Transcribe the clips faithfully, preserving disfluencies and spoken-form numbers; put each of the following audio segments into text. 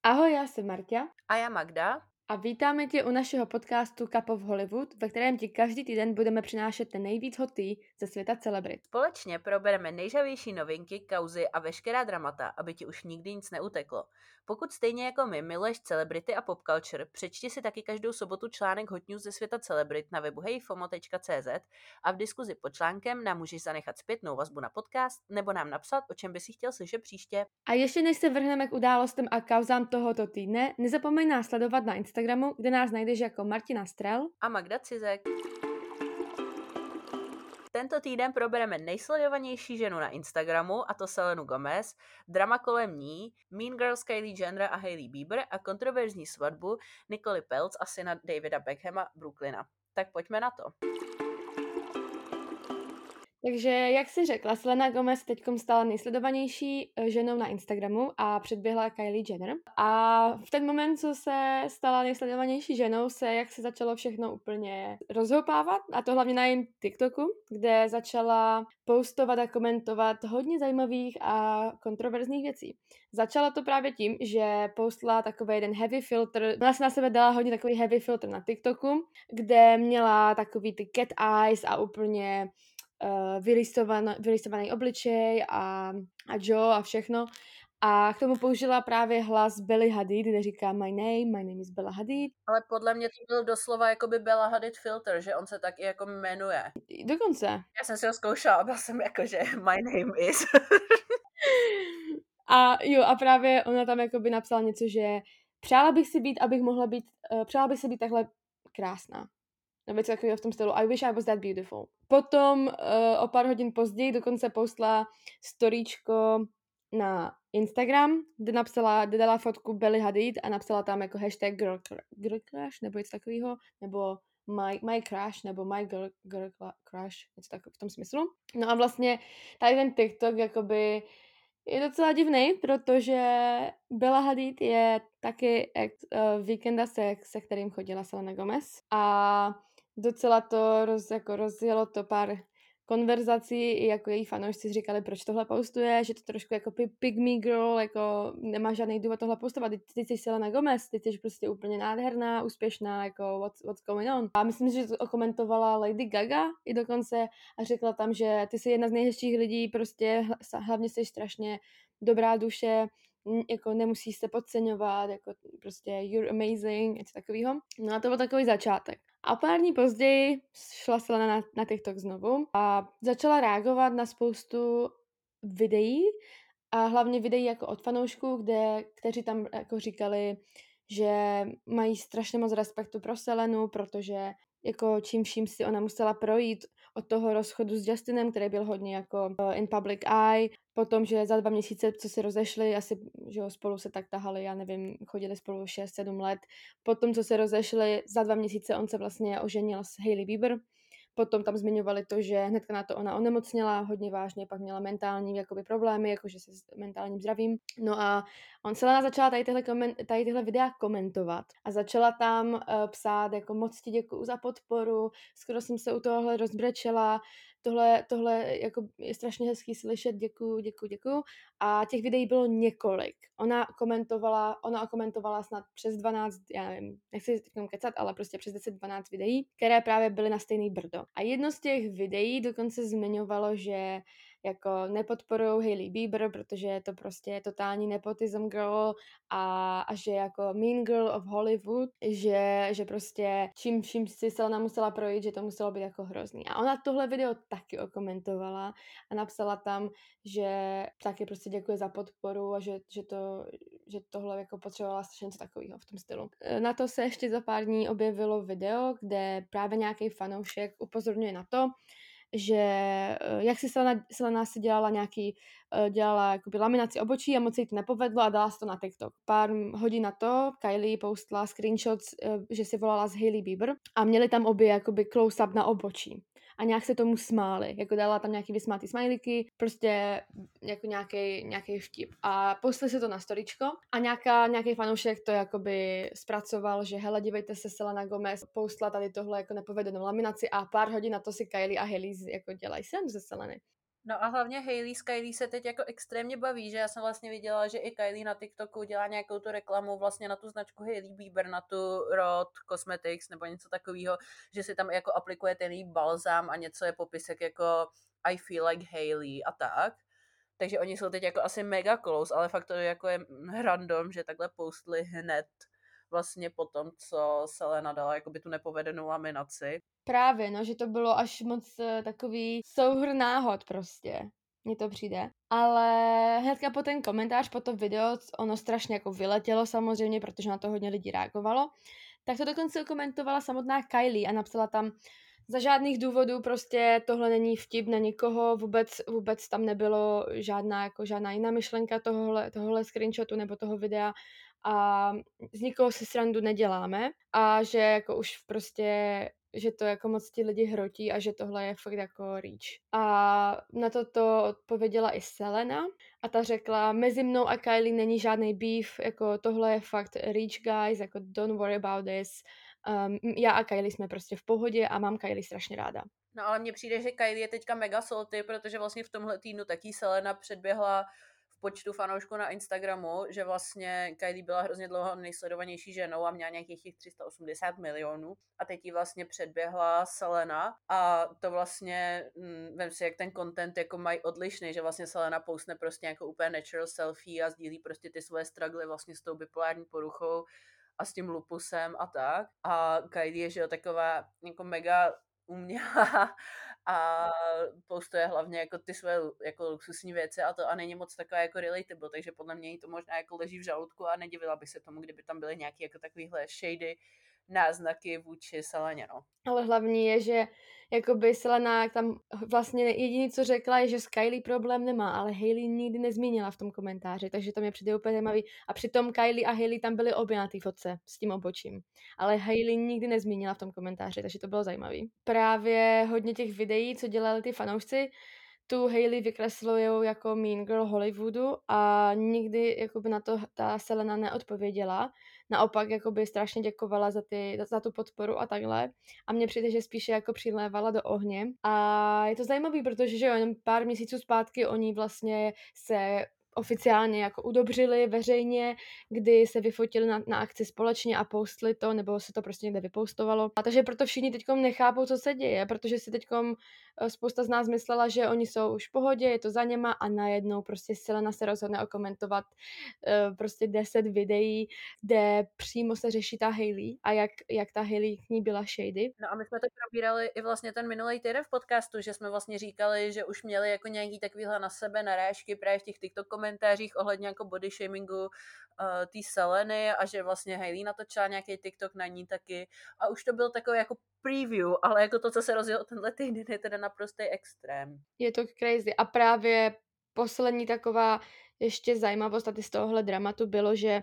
Ahoj, já jsem Marta A já Magda. a vítáme tě u našeho podcastu Cup of Hollywood, ve kterém ti každý týden budeme přinášet ten nejvíc hotý ze světa celebrit. Společně probereme nejžavější novinky, kauzy a veškerá dramata, aby ti už nikdy nic neuteklo. Pokud stejně jako my miluješ celebrity a pop culture, přečti si taky každou sobotu článek Hot News ze světa celebrit na webu hejfomo tečka cé zet a v diskuzi pod článkem nám můžeš zanechat zpětnou vazbu na podcast nebo nám napsat, o čem by si chtěl slyšet příště. A ještě než se vrhneme k událostem a kauzám tohoto týdne, nezapomeň nás sledovat na Instagramu, kde nás najdeš jako Martina Strel A Magda Cizek. Tento týden probereme nejsledovanější ženu na Instagramu, a to Selenu Gomez, drama kolem ní, Mean Girls Kylie Jenner a Hailey Bieber a kontroverzní svatbu Nicole Peltz a syna Davida Beckhama Brooklyna. Tak pojďme na to. Takže, jak jsi řekla, Selena Gomez teďkom stala nejsledovanější ženou na Instagramu a předběhla Kylie Jenner. A v ten moment, co se stala nejsledovanější ženou, se jak se začalo všechno úplně rozhoupávat, a to hlavně na jejím TikToku, kde začala postovat a komentovat hodně zajímavých a kontroverzních věcí. Začala to právě tím, že postla takový jeden heavy filter, ona se na sebe dala hodně takový heavy filter na TikToku, kde měla takový ty cat eyes a úplně Uh, vyrysovaný, vyrysovaný obličej a, a Joe a všechno. A k tomu použila právě hlas Belly Hadid, kde říká my name, my name is Bella Hadid. Ale podle mě to byl doslova jako by Bella Hadid filter, že on se tak i jako jmenuje. Dokonce. Já jsem si ho zkoušela a byl jsem jako, že my name is. A jo, a právě ona tam jakoby napsala něco, že přála bych si být, abych mohla být, uh, přála bych si být takhle krásná. Nebo něco takového v tom stylu. I wish I was that beautiful. Potom uh, o pár hodin později dokonce postla storíčko na Instagram, kde napsala, kde dala fotku Belly Hadid a napsala tam jako hashtag girl, girl crush, nebo něco takového, nebo my, my crush, nebo my girl, girl crush, něco takového v tom smyslu. No a vlastně tady ten TikTok jakoby je docela divný, protože Bella Hadid je taky ex uh, Víkenda, se, se kterým chodila Selena Gomez, a docela to roz, jako rozjelo to pár konverzací, i jako její fanoušci říkali, proč tohle postuje, že to trošku jako pick me girl, jako nemá žádný důvod tohle postovat, ty, ty jsi Selena Gomez, ty jsi prostě úplně nádherná, úspěšná, jako what's, what's going on. A myslím si, že to okomentovala Lady Gaga i dokonce a řekla tam, že ty jsi jedna z nejhezčích lidí, prostě hlavně jsi strašně dobrá duše, jako nemusíš se podceňovat, jako prostě you're amazing, něco takového. No a to byl takový začátek. A pár dní později šla Selena na, na TikTok znovu a začala reagovat na spoustu videí a hlavně videí jako od fanoušků, kde, kteří tam jako říkali, že mají strašně moc respektu pro Selenu, protože jako čím vším si ona musela projít od toho rozchodu s Justinem, který byl hodně jako in public eye, potom, že za dva měsíce, co se rozešli, asi, že jo, spolu se tak tahali, já nevím, chodili spolu šest sedm let, potom, co se rozešli, za dva měsíce on se vlastně oženil s Hailey Bieber, potom tam zmiňovali to, že hnedka na to ona onemocněla hodně vážně, pak měla mentální jakoby problémy, jakože se s mentálním zdravím. No a on Selena začala tady tyhle, koment, tady tyhle videa komentovat a začala tam uh, psát jako moc ti děkuju za podporu, skoro jsem se u tohohle rozbrečela, tohle, tohle jako je strašně hezký slyšet, děkuju, děkuju, děkuju. A těch videí bylo několik. Ona komentovala, ona komentovala snad přes dvanáct, já nevím, nechci teď kecat, ale prostě přes deset dvanáct videí, které právě byly na stejný brdo. A jedno z těch videí dokonce zmiňovalo, že jako nepodporujou Hailey Bieber, protože je to prostě totální nepotism girl a, a že jako mean girl of Hollywood, že, že prostě čím vším si Selena musela projít, že to muselo být jako hrozný. A ona tohle video taky okomentovala a napsala tam, že taky prostě děkuje za podporu a že, že, to, že tohle jako potřebovala strašně něco takového v tom stylu. Na to se ještě za pár dní objevilo video, kde právě nějaký fanoušek upozorňuje na to, že jak si Selena, Selena si dělala nějaký, dělala jakoby laminaci obočí a moc se jí to nepovedlo a dala si to na TikTok. Pár hodin na to Kylie postla screenshots, že si volala s Hailey Bieber a měli tam obě jakoby close-up na obočí. A nějak se tomu smáli, jako dala tam nějaký vysmátý smajlíky, prostě jako nějaký, nějaký vtip. A postali se to na storičko a nějaká, nějaký fanoušek to jakoby zpracoval, že hele, dívejte se, Selena Gomez postla tady tohle jako nepovedenou laminaci a pár hodin na to si Kylie a Hailey jako dělají sem ze Seleny. No a hlavně Hailey s Kylie se teď jako extrémně baví, že já jsem vlastně viděla, že i Kylie na TikToku dělá nějakou tu reklamu vlastně na tu značku Hailey Bieber, na tu Rod Cosmetics nebo něco takového, že si tam jako aplikuje ten její balzám a něco je popisek jako I feel like Hailey a tak. Takže oni jsou teď jako asi mega close, ale fakt to jako je random, že takhle postli hned vlastně po tom, co Selena dala jakoby tu nepovedenou laminaci. Právě, no, že to bylo až moc uh, takový souhrn náhod prostě. Mně to přijde. Ale hnedka po ten komentář, po to video, ono strašně jako vyletělo samozřejmě, protože na to hodně lidí reagovalo, tak to dokonce komentovala samotná Kylie a napsala tam, za žádných důvodů prostě tohle není vtip na nikoho, vůbec, vůbec tam nebylo žádná, jako žádná jiná myšlenka tohohle, tohohle screenshotu nebo toho videa a z nikoho si srandu neděláme a že jako už prostě že to jako moc ti lidi hrotí a že tohle je fakt jako reach. A na to to odpověděla i Selena a ta řekla, mezi mnou a Kylie není žádný beef, jako tohle je fakt reach guys, jako don't worry about this. Um, já a Kylie jsme prostě v pohodě a mám Kylie strašně ráda. No ale mně přijde, že Kylie je teďka mega salty, protože vlastně v tomhle týdnu taky Selena předběhla v počtu fanoušků na Instagramu, že vlastně Kylie byla hrozně dlouho nejsledovanější ženou a měla nějakých těch tři sta osmdesát milionů a teď ji vlastně předběhla Selena a to vlastně, hm, vem si, jak ten content jako mají odlišný, že vlastně Selena postne prostě jako úplně natural selfie a sdílí prostě ty svoje struggly vlastně s tou bipolární poruchou a s tím lupusem a tak. A Kylie je, že jo, taková jako mega umělá a postuje hlavně jako ty své jako luxusní věci a to a není moc taková jako relatable, takže podle mě jí to možná jako leží v žaludku a nedivila by se tomu, kdyby tam byly nějaké jako takovýhle shady náznaky vůči Seleně, no. Ale hlavní je, že jakoby Selena tam vlastně jediné, co řekla, je, že s Kylie problém nemá, ale Hailey nikdy nezmínila v tom komentáři, takže to mě přijde úplně zajímavý. A přitom Kylie a Hailey tam byly obě na té fotce s tím obočím. Ale Hailey nikdy nezmínila v tom komentáři, takže to bylo zajímavý. Právě hodně těch videí, co dělali ty fanoušci, tu Hailey vykreslujou jako Mean Girl Hollywoodu a nikdy jakoby na to ta Selena neodpověděla. Naopak jakoby strašně děkovala za, ty, za tu podporu a takhle. A mně přijde, že spíše jako přilévala do ohně. A je to zajímavý, protože že jo, jenom pár měsíců zpátky oni vlastně se oficiálně jako udobřili veřejně, kdy se vyfotili na, na akci společně a postli to, nebo se to prostě někde vypostovalo. A takže proto všichni teďkom nechápou, co se děje, protože si teďkom spousta z nás myslela, že oni jsou už v pohodě, je to za něma a najednou prostě Selena se rozhodne okomentovat uh, prostě deset videí, kde přímo se řeší ta Hailey a jak, jak ta Hailey k ní byla shady. No a my jsme to probírali i vlastně ten minulý týden v podcastu, že jsme vlastně říkali, že už měli jako nějaký takovýhle na sebe narážky právě v těch TikTok komentářích ohledně jako body shamingu uh, té Seleny a že vlastně Hailey natočila nějaký TikTok na ní taky a už to byl takový jako preview, ale jako to, co se rozjelo tenhle týden, je teda naprostý extrém. Je to crazy a právě poslední taková ještě zajímavost tady z tohohle dramatu bylo, že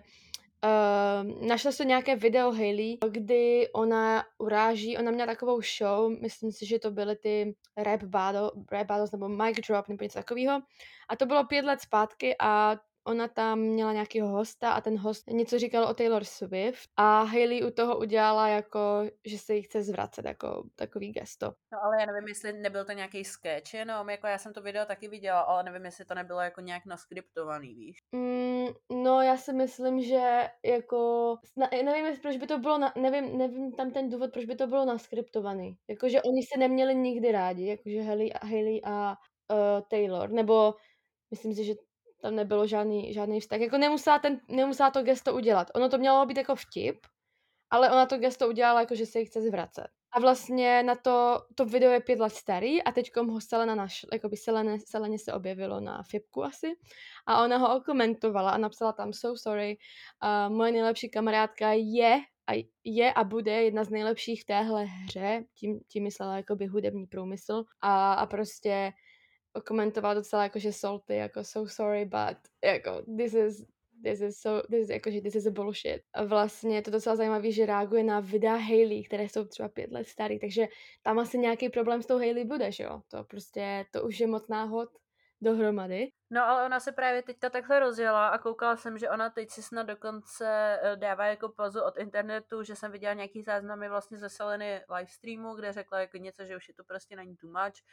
Uh, našla se nějaké video Hailey, kdy ona uráží, ona měla takovou show, myslím si, že to byly ty rap, battle, rap battles nebo mic drop nebo něco takového. A to bylo pět let zpátky a ona tam měla nějakého hosta a ten host něco říkal o Taylor Swift a Hailey u toho udělala jako, že se jí chce zvracet, jako takový gesto. No ale já nevím, jestli nebyl to nějaký sketch jenom, jako já jsem to video taky viděla, ale nevím, jestli to nebylo jako nějak naskriptovaný, víš? Mm, no já si myslím, že jako, na, nevím, proč by to bylo, na, nevím, nevím tam ten důvod, proč by to bylo naskriptovaný. Jakože oni se neměli nikdy rádi, jakože Hailey, Hailey a uh, Taylor, nebo myslím si, že tam nebylo žádný, žádný vztah. Jako nemusela, ten, nemusela to gesto udělat. Ono to mělo být jako vtip, ale ona to gesto udělala jako, že se jí chce zvracet. A vlastně na to, to video je pět let starý a teďkom ho Selena našla, jakoby Selene, Seleně se objevilo na Fipku asi a ona ho okomentovala a napsala tam so sorry, uh, moje nejlepší kamarádka je a, je a bude jedna z nejlepších v téhle hře, tím, tím myslela jakoby hudební průmysl a, a prostě okomentovala docela jakože salty, jako so sorry, but jako this is This is so, this is, jakože this is a bullshit. A vlastně je to docela zajímavé, že reaguje na videa Hailey, které jsou třeba pět let starý, takže tam asi nějaký problém s tou Hailey bude, že jo? To prostě, to už je moc náhod dohromady. No ale ona se právě teďka takhle rozjela a koukala jsem, že ona teď si snad dokonce dává jako pauzu od internetu, že jsem viděla nějaký záznamy vlastně ze Seleny livestreamu, kde řekla jako něco, že už je to prostě na ní too much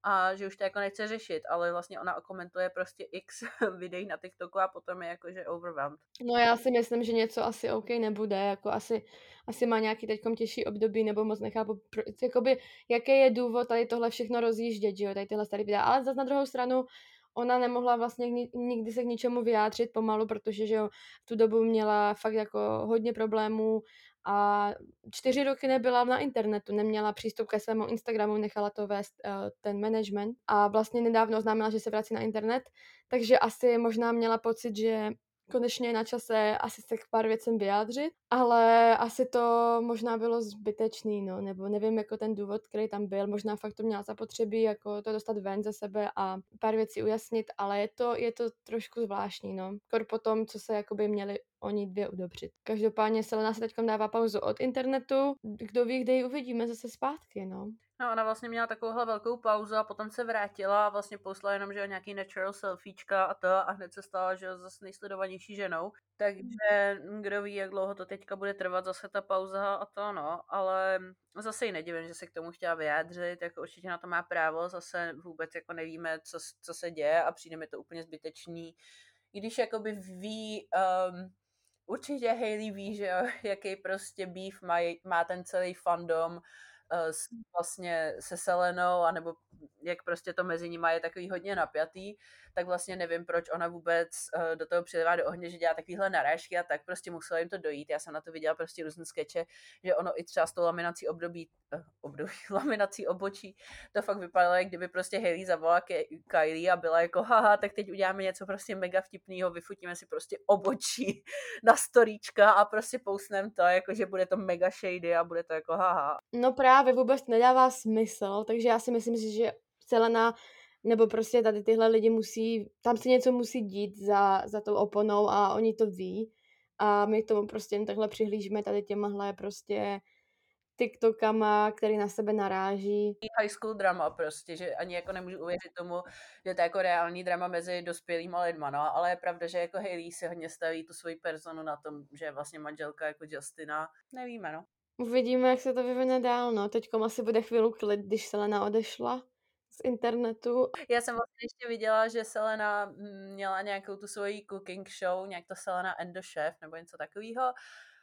a že už to jako nechce řešit, ale vlastně ona komentuje prostě x videí na TikToku a potom je jakože overwhelmed. No já si myslím, že něco asi OK nebude, jako asi, asi má nějaký teďkom těžší období, nebo moc nechápu, pro, jakoby, jaký je důvod tady tohle všechno rozjíždět, že jo, tady tyhle starý videa, ale zase na druhou stranu ona nemohla vlastně nikdy se k ničemu vyjádřit pomalu, protože že jo, v tu dobu měla fakt jako hodně problémů a čtyři roky nebyla na internetu, neměla přístup ke svému Instagramu, nechala to vést uh, ten management a vlastně nedávno oznámila, že se vrací na internet, takže asi možná měla pocit, že konečně je na čase asi se k pár věcem vyjádřit, ale asi to možná bylo zbytečný, no, nebo nevím, jako ten důvod, který tam byl, možná fakt to měla zapotřebí, jako to dostat ven ze sebe a pár věcí ujasnit, ale je to, je to trošku zvláštní, no, kor po tom, co se jakoby měli oni dvě udobřit. Každopádně Selena se teď dává pauzu od internetu, kdo ví, kde ji uvidíme zase zpátky, no. No, ona vlastně měla takovouhle velkou pauzu a potom se vrátila a vlastně poslala jenom, že jo, nějaký natural selfiečka a to a hned se stala, že jo, zase nejsledovanější ženou. Takže kdo ví, jak dlouho to teďka bude trvat zase ta pauza a to, no, ale zase ji nedivím, že se k tomu chtěla vyjádřit, jako určitě na to má právo, zase vůbec jako nevíme, co, co se děje a přijde mi to úplně zbytečný. I když jakoby ví, um, určitě Hailey ví, že jo, jaký prostě beef má, má ten celý fandom, s, vlastně se Selenou, anebo jak prostě to mezi nimi je takový hodně napjatý, tak vlastně nevím, proč ona vůbec uh, do toho přidává do ohně, že dělá takovýhle narážky a tak prostě muselo jim to dojít. Já jsem na to viděla prostě různé skeče, že ono i třeba s tou laminací období, uh, období, laminací obočí, to fakt vypadalo, jak kdyby prostě Hailey zavolala ke Kylie a byla jako haha, tak teď uděláme něco prostě mega vtipného, vyfotíme si prostě obočí na storíčka a prostě pousneme to, jako že bude to mega shady a bude to jako haha. No právě vůbec nedává smysl, takže já si myslím, že Selena nebo prostě tady tyhle lidi musí, tam se něco musí dít za, za tou oponou a oni to ví a my k tomu prostě jen takhle přihlížíme tady těmahle prostě TikTokama, který na sebe naráží. High school drama prostě, že ani jako nemůžu uvěřit tomu, že to je jako reální drama mezi dospělýma lidma, no, ale je pravda, že jako Hailey si hodně staví tu svoji personu na tom, že je vlastně manželka jako Justina, nevíme, no. Uvidíme, jak se to vyvine dál, no, teďkom asi bude chvíli klid, když Selena odešla z internetu. Já jsem vlastně ještě viděla, že Selena měla nějakou tu svoji cooking show, nějak to Selena and the Chef, nebo něco takového.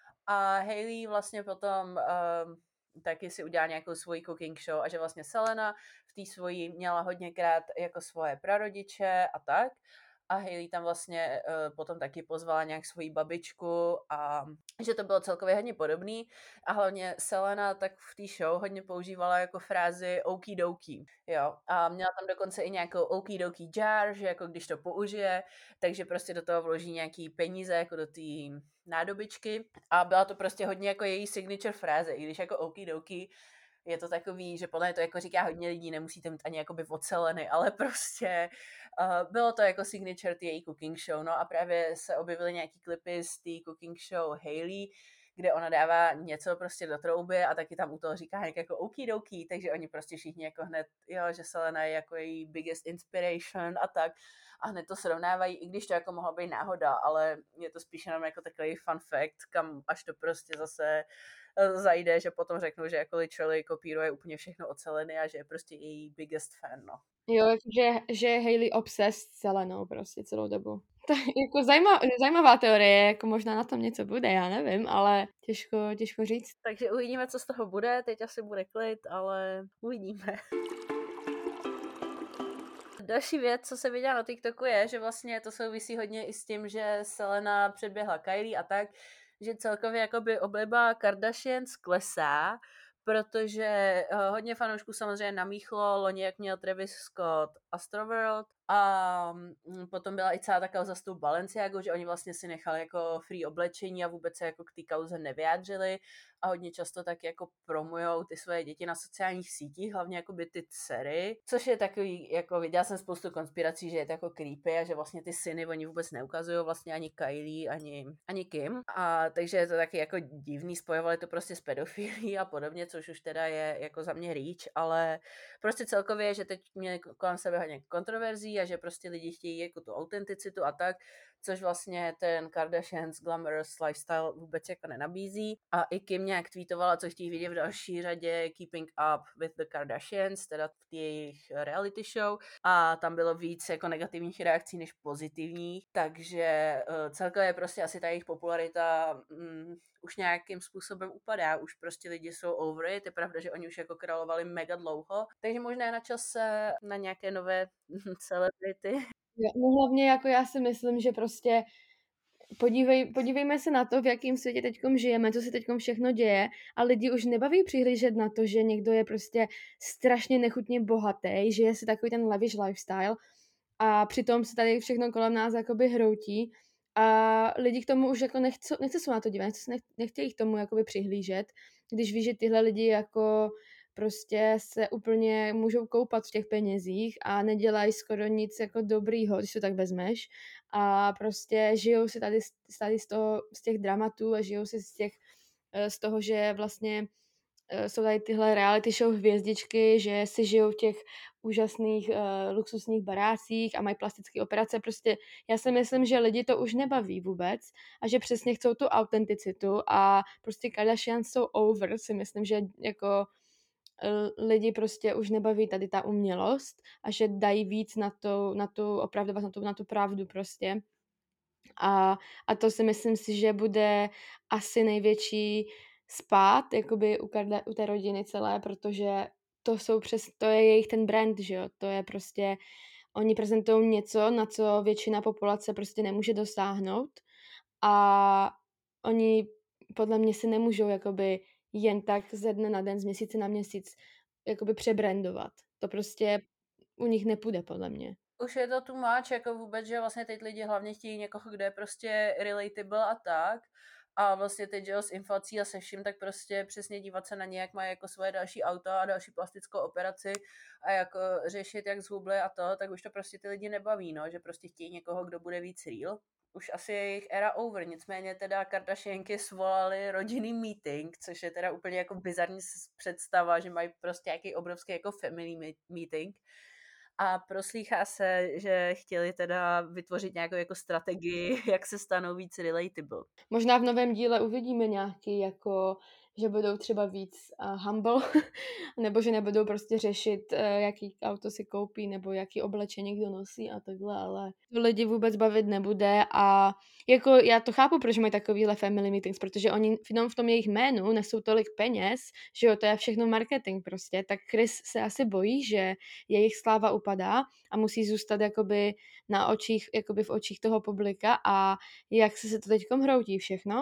A Hailey vlastně potom um, taky si udělala nějakou svoji cooking show a že vlastně Selena v té svojí měla hodněkrát jako svoje prarodiče a tak. A Hailey tam vlastně uh, potom taky pozvala nějak svoji babičku a že to bylo celkově hodně podobný a hlavně Selena tak v té show hodně používala jako frázi okidoki, jo. A měla tam dokonce i nějakou okidoki jar, že jako když to použije, takže prostě do toho vloží nějaký peníze jako do té nádobičky a byla to prostě hodně jako její signature fráze, i když jako okidoki je to takový, že podle mě to jako říká hodně lidí, nemusíte mít ani jakoby oceleny, ale prostě uh, bylo to jako signature té její cooking show, no a právě se objevily nějaký klipy z té cooking show Hailey, kde ona dává něco prostě do trouby a taky tam u toho říká nějak jako okidoki, takže oni prostě všichni jako hned, jo, že Selena je jako její biggest inspiration a tak a hned to srovnávají, i když to jako mohla být náhoda, ale je to spíš jenom jako takový fun fact, kam až to prostě zase zajde, že potom řeknu, že jako literally kopíruje úplně všechno od Seleny a že je prostě její biggest fan, no. Jo, že, že je Hailey obsessed s Selenou prostě celou dobu. To je jako zajímavá, zajímavá teorie, jako možná na tom něco bude, já nevím, ale těžko, těžko říct. Takže uvidíme, co z toho bude, teď asi bude klid, ale uvidíme. Další věc, co se viděla na TikToku je, že vlastně to souvisí hodně i s tím, že Selena předběhla Kylie a tak, že celkově jakoby obliba Kardashians klesá, protože uh, hodně fanoušků samozřejmě namíchlo loni, jak měl Travis Scott Astroworld a um, potom byla i celá ta kauza s tou Balenciagou, že oni vlastně si nechali jako free oblečení a vůbec se jako k té kauze nevyjádřili a hodně často tak jako promujou ty svoje děti na sociálních sítích, hlavně jakoby ty dcery, což je takový, jako viděla jsem spoustu konspirací, že je to jako creepy a že vlastně ty syny oni vůbec neukazují vlastně ani Kylie, ani, ani Kim a takže je to taky jako divný, spojovali to prostě s pedofilí a podobně, což už teda je jako za mě reach, ale prostě celkově, že teď měli kolem sebe hodně kontroverzí a že prostě lidi chtějí jako tu autenticitu a tak, což vlastně ten Kardashians glamorous lifestyle vůbec jako nenabízí a i Kim nějak tweetovala, co chtějí vidět v další řadě Keeping Up with the Kardashians, teda v té jejich reality show, a tam bylo víc jako negativních reakcí než pozitivních, takže uh, celkově prostě asi ta jejich popularita um, už nějakým způsobem upadá, už prostě lidi jsou over it, je pravda, že oni už jako královali mega dlouho, takže možná je na čase na nějaké nové celebrity. No hlavně jako já si myslím, že prostě podívej, podívejme se na to, v jakém světě teďkom žijeme, co se teďkom všechno děje a lidi už nebaví přihlížet na to, že někdo je prostě strašně nechutně bohatý, že je si takový ten lavish lifestyle a přitom se tady všechno kolem nás jakoby hroutí a lidi k tomu už jako nechce, nechce se na to dívat, nechce, nechtějí k tomu jakoby přihlížet, když ví, že tyhle lidi jako prostě se úplně můžou koupat v těch penězích a nedělají skoro nic jako dobrýho, když to tak vezmeš. A prostě žijou si tady, tady z, toho, z těch dramatů a žijou si z, těch, z toho, že vlastně jsou tady tyhle reality show hvězdičky, že si žijou v těch úžasných uh, luxusních barácích a mají plastické operace. Prostě já si myslím, že lidi to už nebaví vůbec a že přesně chcou tu autenticitu a prostě Kardashians jsou over, si myslím, že jako lidi prostě už nebaví tady ta umělost a že dají víc na tu, na tu opravdovost, na tu, na tu pravdu prostě. A, a to si myslím si, že bude asi největší spád jakoby u, Karda, u té rodiny celé, protože to jsou přes, to je jejich ten brand, že jo, to je prostě, oni prezentují něco, na co většina populace prostě nemůže dosáhnout a oni podle mě si nemůžou jakoby jen tak ze dne na den, z měsíce na měsíc jakoby přebrandovat. To prostě u nich nepůjde podle mě. Už je to tu máč, jako vůbec, že vlastně teď lidi hlavně chtějí někoho, kdo je prostě relatable a tak. A vlastně teď, že jo, s inflací a se vším, tak prostě přesně dívat se na ně, jak mají jako svoje další auto a další plastickou operaci a jako řešit, jak zhubly a to, tak už to prostě ty lidi nebaví, no, že prostě chtějí někoho, kdo bude víc real. Už asi je jejich era over, nicméně teda Kardashianky svolali rodinný meeting, což je teda úplně jako bizarní představa, že mají prostě nějaký obrovský jako family meeting. A proslýchá se, že chtěli teda vytvořit nějakou jako strategii, jak se stanou víc relatable. Možná v novém díle uvidíme nějaký jako, že budou třeba víc uh, humble, nebo že nebudou prostě řešit, uh, jaký auto si koupí, nebo jaký oblečení kdo nosí a takhle, ale to lidi vůbec bavit nebude a jako já to chápu, proč mají takovýhle family meetings, protože oni v tom jejich jménu nesou tolik peněz, že jo, to je všechno marketing prostě, tak Kris se asi bojí, že jejich sláva upadá a musí zůstat jakoby na očích, jakoby v očích toho publika a jak se se to teďkom hroutí všechno.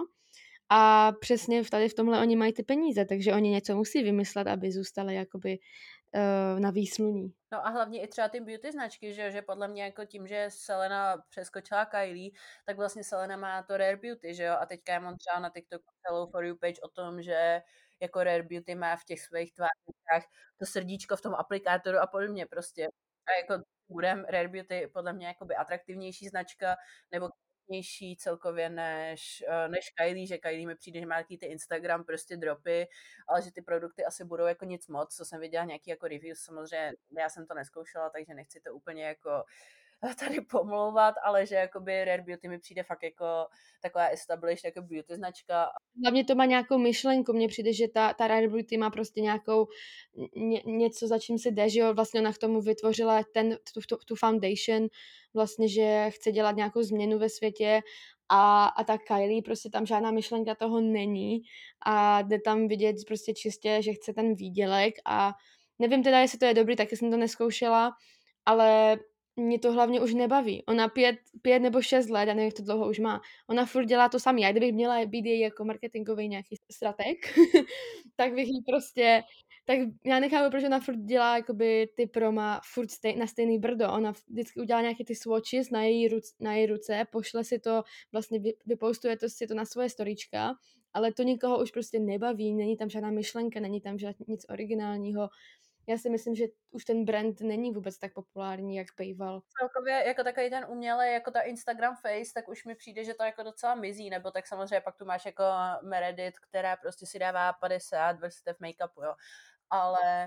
A přesně tady v tomhle oni mají ty peníze, takže oni něco musí vymyslet, aby zůstali jakoby uh, na výsluní. No a hlavně i třeba ty beauty značky, že, že podle mě jako tím, že Selena přeskočila Kylie, tak vlastně Selena má to Rare Beauty, že jo, a teďka já mám třeba na TikToku celou For You page o tom, že jako Rare Beauty má v těch svých tvářích to srdíčko v tom aplikátoru a podobně prostě. A jako budem Rare Beauty podle mě jakoby atraktivnější značka, nebo kvalitnější celkově než, než Kylie, že Kylie mi přijde, že má taky ty Instagram prostě dropy, ale že ty produkty asi budou jako nic moc, co jsem viděla nějaký jako reviews, samozřejmě já jsem to neskoušela, takže nechci to úplně jako tady pomlouvat, ale že jakoby Rare Beauty mi přijde fakt jako taková established jako beauty značka. Hlavně to má nějakou myšlenku, mně přijde, že ta, ta Rare Beauty má prostě nějakou ně, něco, za čím se jde, že jo, vlastně ona k tomu vytvořila ten, tu, tu, tu foundation, vlastně, že chce dělat nějakou změnu ve světě a, a ta Kylie, prostě tam žádná myšlenka toho není a jde tam vidět prostě čistě, že chce ten výdělek a nevím teda, jestli to je dobrý, taky jsem to neskoušela, ale mě to hlavně už nebaví. Ona pět, pět nebo šest let, já nevím, jak to dlouho už má, ona furt dělá to samý. Já kdybych měla být její jako marketingový nějaký strateg, tak bych jí prostě, tak já nechápu, proč ona furt dělá jakoby ty proma furt stej, na stejný brdo. Ona vždycky udělá nějaké ty swatches na její, ruce, na její ruce, pošle si to, vlastně vypostuje to si to na svoje storíčka, ale to nikoho už prostě nebaví, není tam žádná myšlenka, není tam žádný, nic originálního. Já si myslím, že už ten brand není vůbec tak populární, jak býval. Celkově jako takový ten umělej, jako ta Instagram face, tak už mi přijde, že to jako docela mizí, nebo tak samozřejmě pak tu máš jako Meredith, která prostě si dává padesát vrstev make-upu, jo. Ale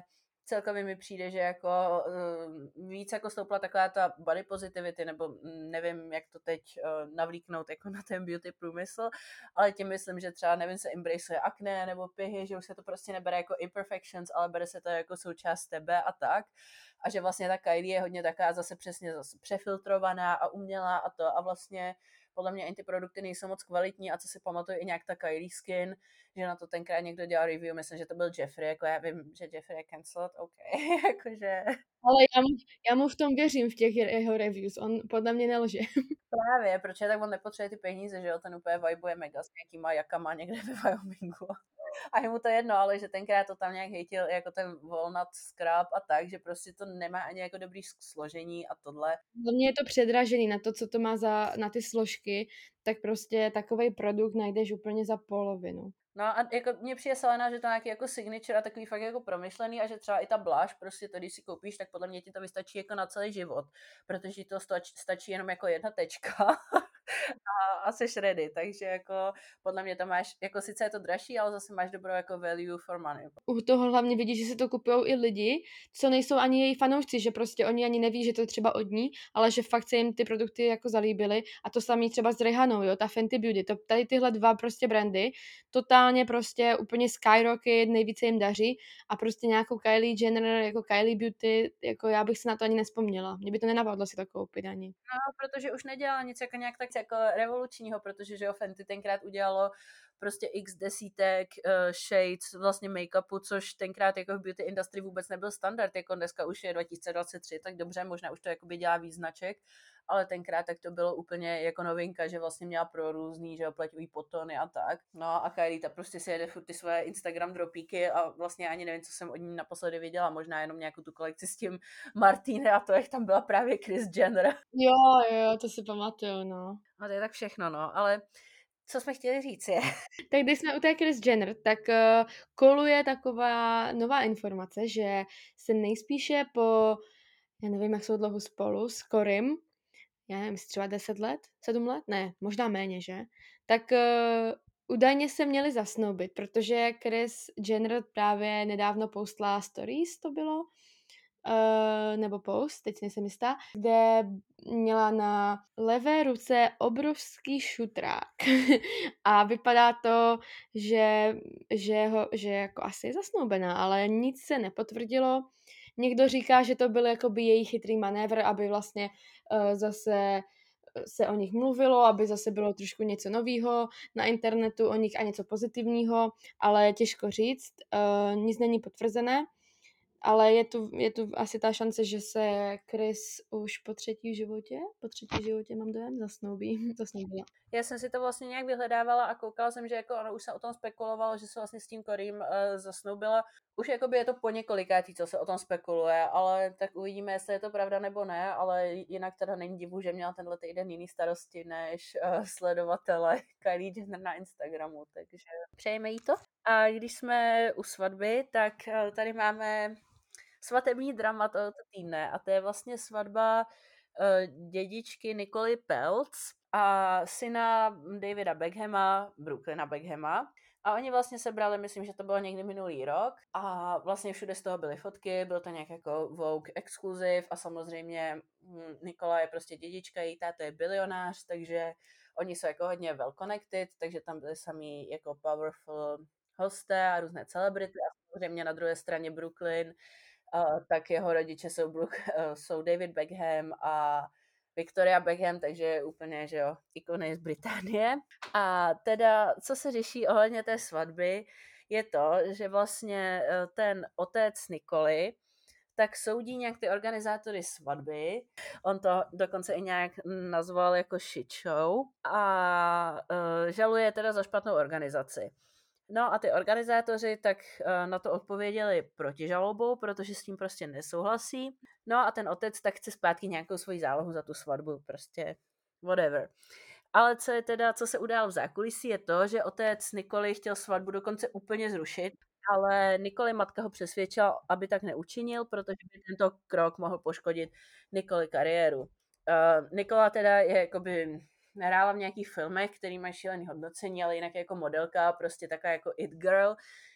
celkově mi přijde, že jako uh, víc jako stoupla taková ta body positivity, nebo nevím, jak to teď uh, navlíknout jako na ten beauty průmysl, ale tím myslím, že třeba, nevím, se embraceuje akné nebo pihy, že už se to prostě nebere jako imperfections, ale bere se to jako součást tebe a tak. A že vlastně ta Kylie je hodně taková zase přesně zase přefiltrovaná a umělá a to a vlastně podle mě ani ty produkty nejsou moc kvalitní a co si pamatuju i nějak ta Kylie Skin, že na to tenkrát někdo dělal review, myslím, že to byl Jeffrey, jako já vím, že Jeffrey je cancelled, OK, jakože... Ale já mu, já mu v tom věřím, v těch jeho reviews, on podle mě nelže. Právě, protože tak on nepotřebuje ty peníze, že jo, ten úplně vibuje mega s nějakýma jakama někde ve Wyomingu. A je mu to jedno, ale že tenkrát to tam nějak hejtil jako ten walnut scrub a tak, že prostě to nemá ani jako dobrý složení a tohle. Za mě je to předražený na to, co to má za, na ty složky, tak prostě takovej produkt najdeš úplně za polovinu. No a jako mně přijde Selena, že to nějaký jako signature a takový fakt jako promyšlený a že třeba i ta blush, prostě to, když si koupíš, tak podle mě ti to vystačí jako na celý život, protože to stačí, stačí jenom jako jedna tečka a, a seš ready, takže jako podle mě to máš, jako sice je to dražší, ale zase máš dobrou jako value for money. U toho hlavně vidíš, že se to kupují i lidi, co nejsou ani její fanoušci, že prostě oni ani neví, že to je třeba od ní, ale že fakt se jim ty produkty jako zalíbily a to samý třeba s Rihannou, jo, ta Fenty Beauty, to, tady tyhle dva prostě brandy, totálně prostě úplně skyrocket, nejvíce jim daří a prostě nějakou Kylie Jenner, jako Kylie Beauty, jako já bych se na to ani nespomněla, mě by to nenapadlo si to koupit ani. No, protože už nedělala nic jako nějak tak jako revolučního, protože že jo, Fenty tenkrát udělalo prostě x desítek uh, shades vlastně make-upu, což tenkrát jako v beauty industry vůbec nebyl standard, jako dneska už je dva tisíce dvacet tři, tak dobře, možná už to jakoby dělá víc značek, ale tenkrát tak to bylo úplně jako novinka, že vlastně měla pro různý, že jo, pleťový potony a tak. No a Kylie ta prostě si jede furt ty svoje Instagram dropíky a vlastně ani nevím, co jsem od ní naposledy viděla, možná jenom nějakou tu kolekci s tím Martine a to, jak tam byla právě Kris Jenner. Jo, jo, to si pamatuju, no. A to je tak všechno, no, ale co jsme chtěli říct je... Tak když jsme u té Kris Jenner, tak uh, koluje taková nová informace, že se nejspíše po, já nevím, jak jsou dlouho spolu, s Corym, já nevím, třeba deset let, sedm let, ne, možná méně, že? Tak uh, údajně se měli zasnoubit, protože Kris Jenner právě nedávno postla stories, to bylo, Uh, nebo post, teď si nejsem jistá, kde měla na levé ruce obrovský šutrák a vypadá to, že, že, ho, že jako asi je zasnoubená, ale nic se nepotvrdilo. Někdo říká, že to byl jakoby její chytrý manévr, aby vlastně uh, zase se o nich mluvilo, aby zase bylo trošku něco novýho na internetu o nich a něco pozitivního, ale těžko říct, uh, nic není potvrzené. Ale je tu, je tu asi ta šance, že se Kris už po třetí životě, po třetí životě mám dojem, zasnoubí. zasnoubila. Já jsem si to vlastně nějak vyhledávala a koukala jsem, že jako ono už se o tom spekulovalo, že se vlastně s tím Corym uh, zasnoubila. Už jakoby je to po několikátý, co se o tom spekuluje, ale tak uvidíme, jestli je to pravda nebo ne, ale jinak teda není divu, že měla tenhle týden jiný starosti než uh, sledovatele Kylie Jenner na Instagramu, takže přejeme jí to. A když jsme u svatby, tak uh, tady máme svatební drama tohoto týdne a to je vlastně svatba uh, dědičky Nicole Peltz a syna Davida Beckhama, Brooklyna Beckhama. A oni vlastně se brali, myslím, že to bylo někdy minulý rok a vlastně všude z toho byly fotky, byl to nějak jako Vogue exkluziv a samozřejmě Nikola je prostě dědička, její táta je bilionář, takže oni jsou jako hodně well connected, takže tam byly sami jako powerful hosté a různé celebrity a samozřejmě na druhé straně Brooklyn, uh, tak jeho rodiče jsou, Brook, uh, jsou David Beckham a Victoria Beckham, takže úplně, že jo, ikony z Británie. A teda, co se řeší ohledně té svatby, je to, že vlastně ten otec Nikoli tak soudí nějak ty organizátory svatby. On to dokonce i nějak nazval jako shit show a uh, žaluje teda za špatnou organizaci. No a ty organizátoři tak uh, na to odpověděli protižalobou, protože s tím prostě nesouhlasí. No a ten otec tak chce zpátky nějakou svoji zálohu za tu svatbu, prostě whatever. Ale co je teda, co se událo v zákulisí, je to, že otec Nikoli chtěl svatbu dokonce úplně zrušit, ale Nikoli matka ho přesvědčila, aby tak neučinil, protože by tento krok mohl poškodit Nikoli kariéru. Uh, Nikola teda je jakoby hrála v nějakých filmech, který mají šílený hodnocení, ale jinak jako modelka, prostě taková jako it girl.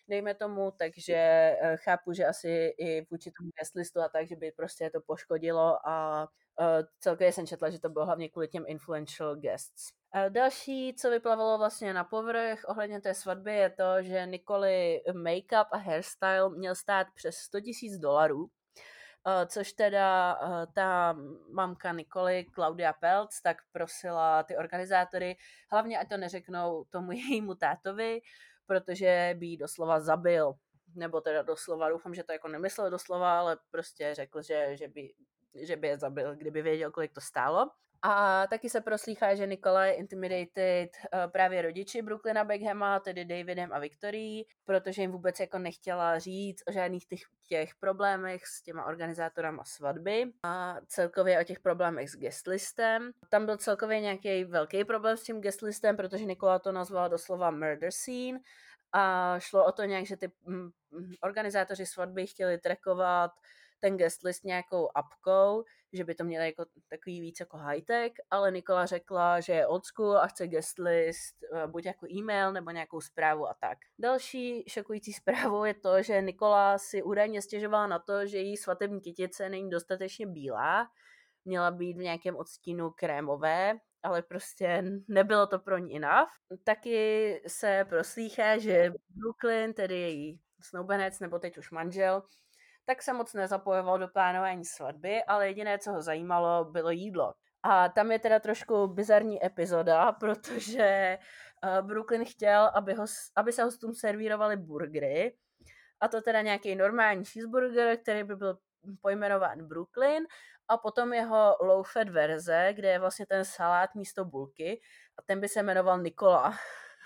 dejme tomu, takže uh, chápu, že asi i vůči tomu guest listu a tak, že by prostě to poškodilo a uh, celkově jsem četla, že to bylo hlavně kvůli těm influential guests. Uh, další, co vyplavalo vlastně na povrch ohledně té svatby, je to, že Nikoli make-up a hairstyle měl stát přes sto tisíc dolarů. Uh, což teda uh, ta mamka Nikoli, Claudia Peltz, tak prosila ty organizátory, hlavně ať to neřeknou tomu jejímu tátovi, protože by jí doslova zabil. Nebo teda doslova, doufám, že to jako nemyslel doslova, ale prostě řekl, že, že, by, že by je zabil, kdyby věděl, kolik to stálo. A taky se proslýchá, že Nikola je intimidated uh, právě rodiči Brooklyna Beckhama, tedy Davidem a Victorií, protože jim vůbec jako nechtěla říct o žádných těch, těch problémech s těma organizátorama svatby a celkově o těch problémech s guestlistem. Tam byl celkově nějaký velký problém s tím guestlistem, protože Nikola to nazvala doslova murder scene a šlo o to nějak, že ty mm, organizátoři svatby chtěli trackovat ten guest list nějakou appkou, že by to mělo jako takový víc jako high-tech, ale Nikola řekla, že je old school a chce guest list buď jako e-mail nebo nějakou zprávu a tak. Další šokující zprávou je to, že Nikola si údajně stěžovala na to, že její svatební kytice není dostatečně bílá, měla být v nějakém odstínu krémové, ale prostě nebylo to pro ní enough. Taky se proslýchá, že Brooklyn, tedy její snoubenec nebo teď už manžel, tak se moc nezapojoval do plánování svatby, ale jediné, co ho zajímalo, bylo jídlo. A tam je teda trošku bizarní epizoda, protože uh, Brooklyn chtěl, aby, ho, aby se hostům servírovaly burgery, a to teda nějaký normální cheeseburger, který by byl pojmenován Brooklyn, a potom jeho low-fat verze, kde je vlastně ten salát místo bulky, a ten by se jmenoval Nikola.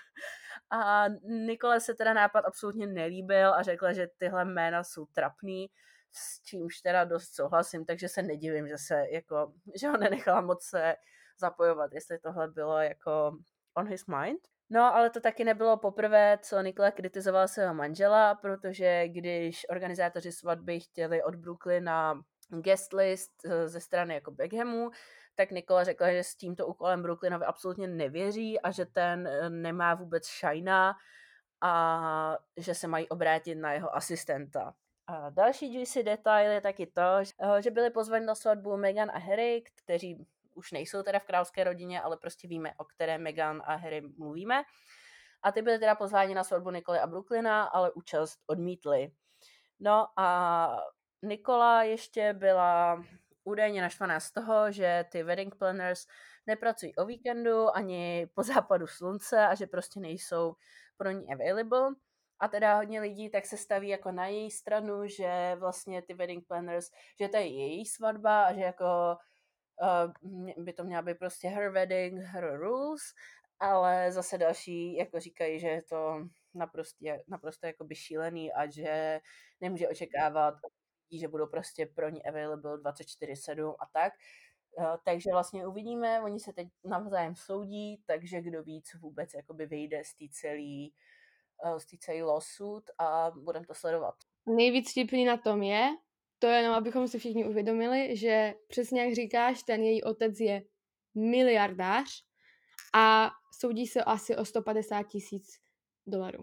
A Nikole se teda nápad absolutně nelíbil a řekla, že tyhle jména jsou trapný, s čímž teda dost souhlasím, takže se nedivím, že se jako, že ho nenechala moc se zapojovat, jestli tohle bylo jako on his mind. No, ale to taky nebylo poprvé, co Nikola kritizoval svého manžela, protože když organizátoři svatby chtěli od Brooklyna guest list ze strany jako Beckhamu, tak Nikola řekla, že s tímto úkolem Brooklynovi absolutně nevěří a že ten nemá vůbec šajna a že se mají obrátit na jeho asistenta. A další juicy detail je taky to, že byli pozvaní na svatbu Meghan a Harry, kteří už nejsou teda v královské rodině, ale prostě víme, o které Meghan a Harry mluvíme. A ty byli teda pozváni na svatbu Nikoly a Brooklyna, ale účast odmítli. No a Nikola ještě byla údajně naštvaná z toho, že ty wedding planners nepracují o víkendu ani po západu slunce a že prostě nejsou pro ní available. A teda hodně lidí tak se staví jako na její stranu, že vlastně ty wedding planners, že to je její svatba a že jako uh, by to měla být prostě her wedding, her rules, ale zase další jako říkají, že je to naprosto, naprosto jakoby šílený a že nemůže očekávat, že budou prostě pro ní available dvacet čtyři sedm a tak. Uh, takže vlastně uvidíme, oni se teď navzájem soudí, takže kdo ví, co vůbec jakoby vyjde z té celý, uh, z té celý lawsuit a budeme to sledovat. Nejvíc vtipný na tom je, to jenom abychom si všichni uvědomili, že přesně jak říkáš, ten její otec je miliardář a soudí se asi o sto padesát tisíc dolarů.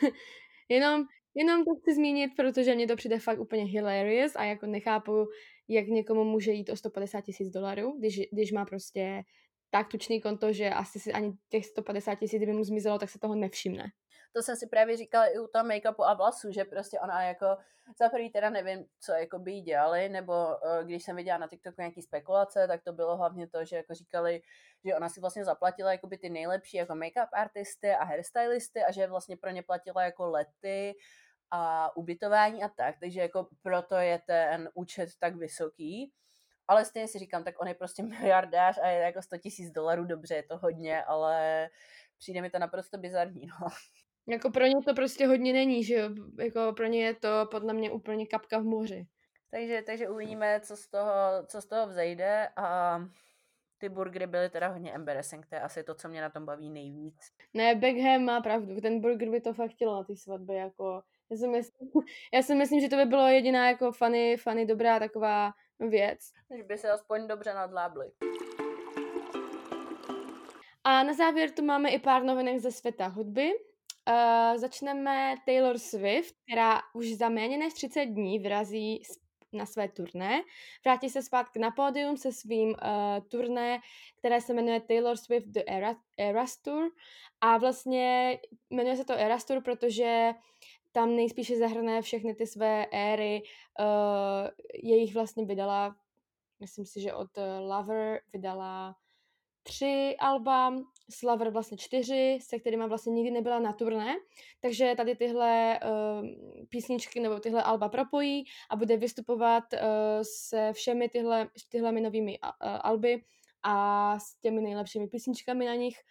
jenom, jenom to chci zmínit, protože mně to přijde fakt úplně hilarious a jako nechápu, jak někomu může jít o sto padesát tisíc dolarů, když, když má prostě tak tučný konto, že asi si ani těch sto padesát tisíc, kdyby mu zmizelo, tak se toho nevšimne. To jsem si právě říkala i u toho make-upu a vlasů, že prostě ona jako, za prvý teda nevím, co jako by jí dělali, nebo uh, když jsem viděla na TikToku nějaký spekulace, tak to bylo hlavně to, že jako říkali, že ona si vlastně zaplatila jakoby ty nejlepší jako make-up artisty a hairstylisty a že vlastně pro ně platila jako lety a ubytování a tak, takže jako proto je ten účet tak vysoký. Ale stejně si říkám, tak on je prostě miliardář a je jako sto tisíc dolarů, dobře, je to hodně, ale přijde mi to naprosto bizarní, no. Jako pro ně to prostě hodně není, že jo, jako pro ně je to podle mě úplně kapka v moři. Takže, takže uvidíme, co z toho, co z toho vzejde a ty burgery byly teda hodně embarrassing, to je asi to, co mě na tom baví nejvíc. Ne, Beckham má pravdu, ten burger by to fakt chtělo na té svatbě, jako, já si myslím, já si myslím, že to by bylo jediná jako funny, funny, dobrá taková věc. Že by se aspoň dobře nadlábli. A na závěr tu máme i pár novinek ze světa hudby. Uh, začneme Taylor Swift, která už za méně než třicet dní vyrazí na své turné. Vrátí se zpátky na pódium se svým uh, turné, které se jmenuje Taylor Swift The Era, Eras Tour. A vlastně jmenuje se to Eras Tour, protože tam nejspíše zahrne všechny ty své éry. Uh, jejich vlastně vydala, myslím si, že od Lover vydala tři alba, Slaver vlastně čtyři, se kterými vlastně nikdy nebyla na turné, takže tady tyhle uh, písničky nebo tyhle alba propojí a bude vystupovat uh, se všemi tyhle, tyhle novými uh, alby a s těmi nejlepšími písničkami na nich.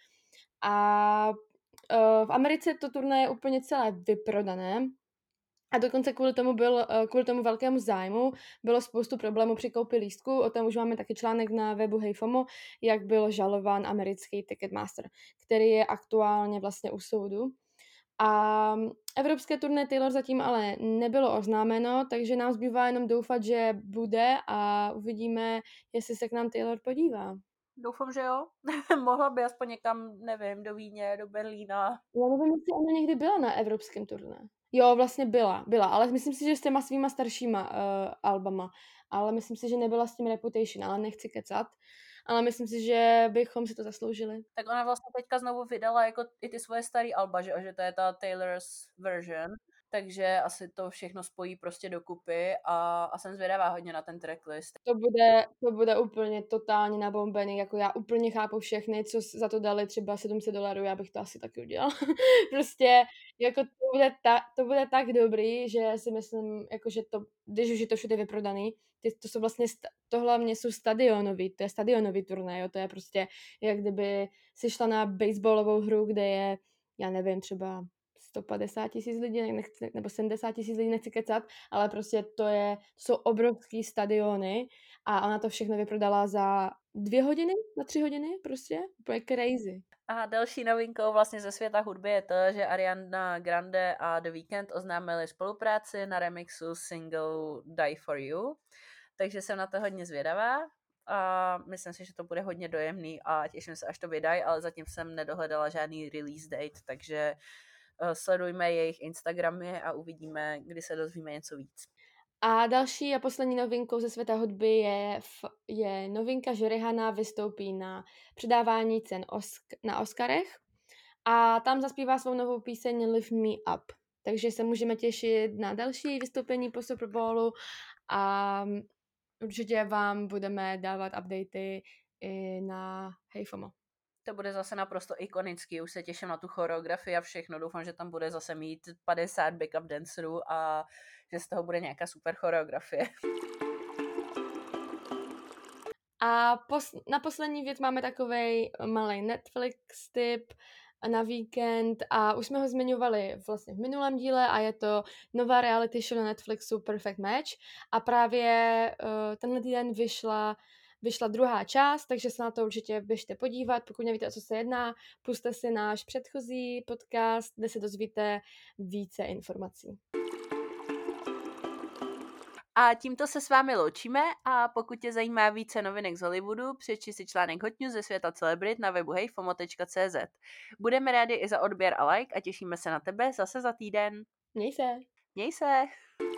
A uh, v Americe to turné je úplně celé vyprodané. A dokonce kvůli tomu, byl, kvůli tomu velkému zájmu bylo spoustu problémů při koupi lístku. O tom už máme taky článek na webu HeyFOMO, jak byl žalován americký Ticketmaster, který je aktuálně vlastně u soudu. A evropské turné Taylor zatím ale nebylo oznámeno, takže nám zbývá jenom doufat, že bude a uvidíme, jestli se k nám Taylor podívá. Doufám, že jo. Mohla by aspoň někam, nevím, do Vídně, do Berlína. Já nevím, jestli ona někdy byla na evropském turné. Jo, vlastně byla, byla, ale myslím si, že s těma svýma staršíma uh, albama, ale myslím si, že nebyla s tím Reputation, ale nechci kecat, ale myslím si, že bychom si to zasloužili. Tak ona vlastně teďka znovu vydala jako i ty svoje staré alba, že, že to je ta Taylor's version, takže asi to všechno spojí prostě dokupy a, a jsem zvědavá hodně na ten tracklist. To bude, to bude úplně totálně nabombený, jako já úplně chápu všechny, co za to dali třeba sedm set dolarů, já bych to asi taky udělala. Prostě jako to bude, ta, to bude tak dobrý, že si myslím, jako, že to, když už je to všude vyprodaný, ty, to jsou vlastně, to hlavně jsou stadionový, to je stadionový turnaj, jo, to je prostě, jak kdyby si šla na baseballovou hru, kde je, já nevím, třeba sto padesát tisíc lidí, nechci, nebo sedmdesát tisíc lidí, nechci kecat, ale prostě to, je, to jsou obrovský stadiony a ona to všechno vyprodala za dvě hodiny, za tři hodiny, prostě úplně crazy. A další novinkou vlastně ze světa hudby je to, že Ariana Grande a The Weeknd oznámili spolupráci na remixu single Die For You, takže jsem na to hodně zvědavá a myslím si, že to bude hodně dojemný a těším se, až to vydají, ale zatím jsem nedohledala žádný release date, takže sledujme jejich Instagramy a uvidíme, kdy se dozvíme něco víc. A další a poslední novinkou ze světa hudby je, je novinka, že Rihanna vystoupí na předávání cen Osk- na Oscarech a tam zaspívá svou novou píseň Lift Me Up. Takže se můžeme těšit na další vystoupení po Super Bowlu a určitě vám budeme dávat updaty i na HeyFOMO. To bude zase naprosto ikonický, už se těším na tu choreografii a všechno, doufám, že tam bude zase mít padesát backup dancerů a že z toho bude nějaká super choreografie. A pos- na poslední věc máme takovej malý Netflix tip na víkend a už jsme ho zmiňovali vlastně v minulém díle a je to nová reality show na Netflixu Perfect Match a právě uh, tenhle týden vyšla vyšla druhá část, takže se na to určitě běžte podívat, pokud nevíte, o co se jedná, pusťte si náš předchozí podcast, kde se dozvíte více informací. A tímto se s vámi loučíme a pokud tě zajímá více novinek z Hollywoodu, přečti si článek Hot News ze světa celebrit na webu heyfomo tečka cé zet. Budeme rádi i za odběr a like a těšíme se na tebe zase za týden. Měj se! Měj se!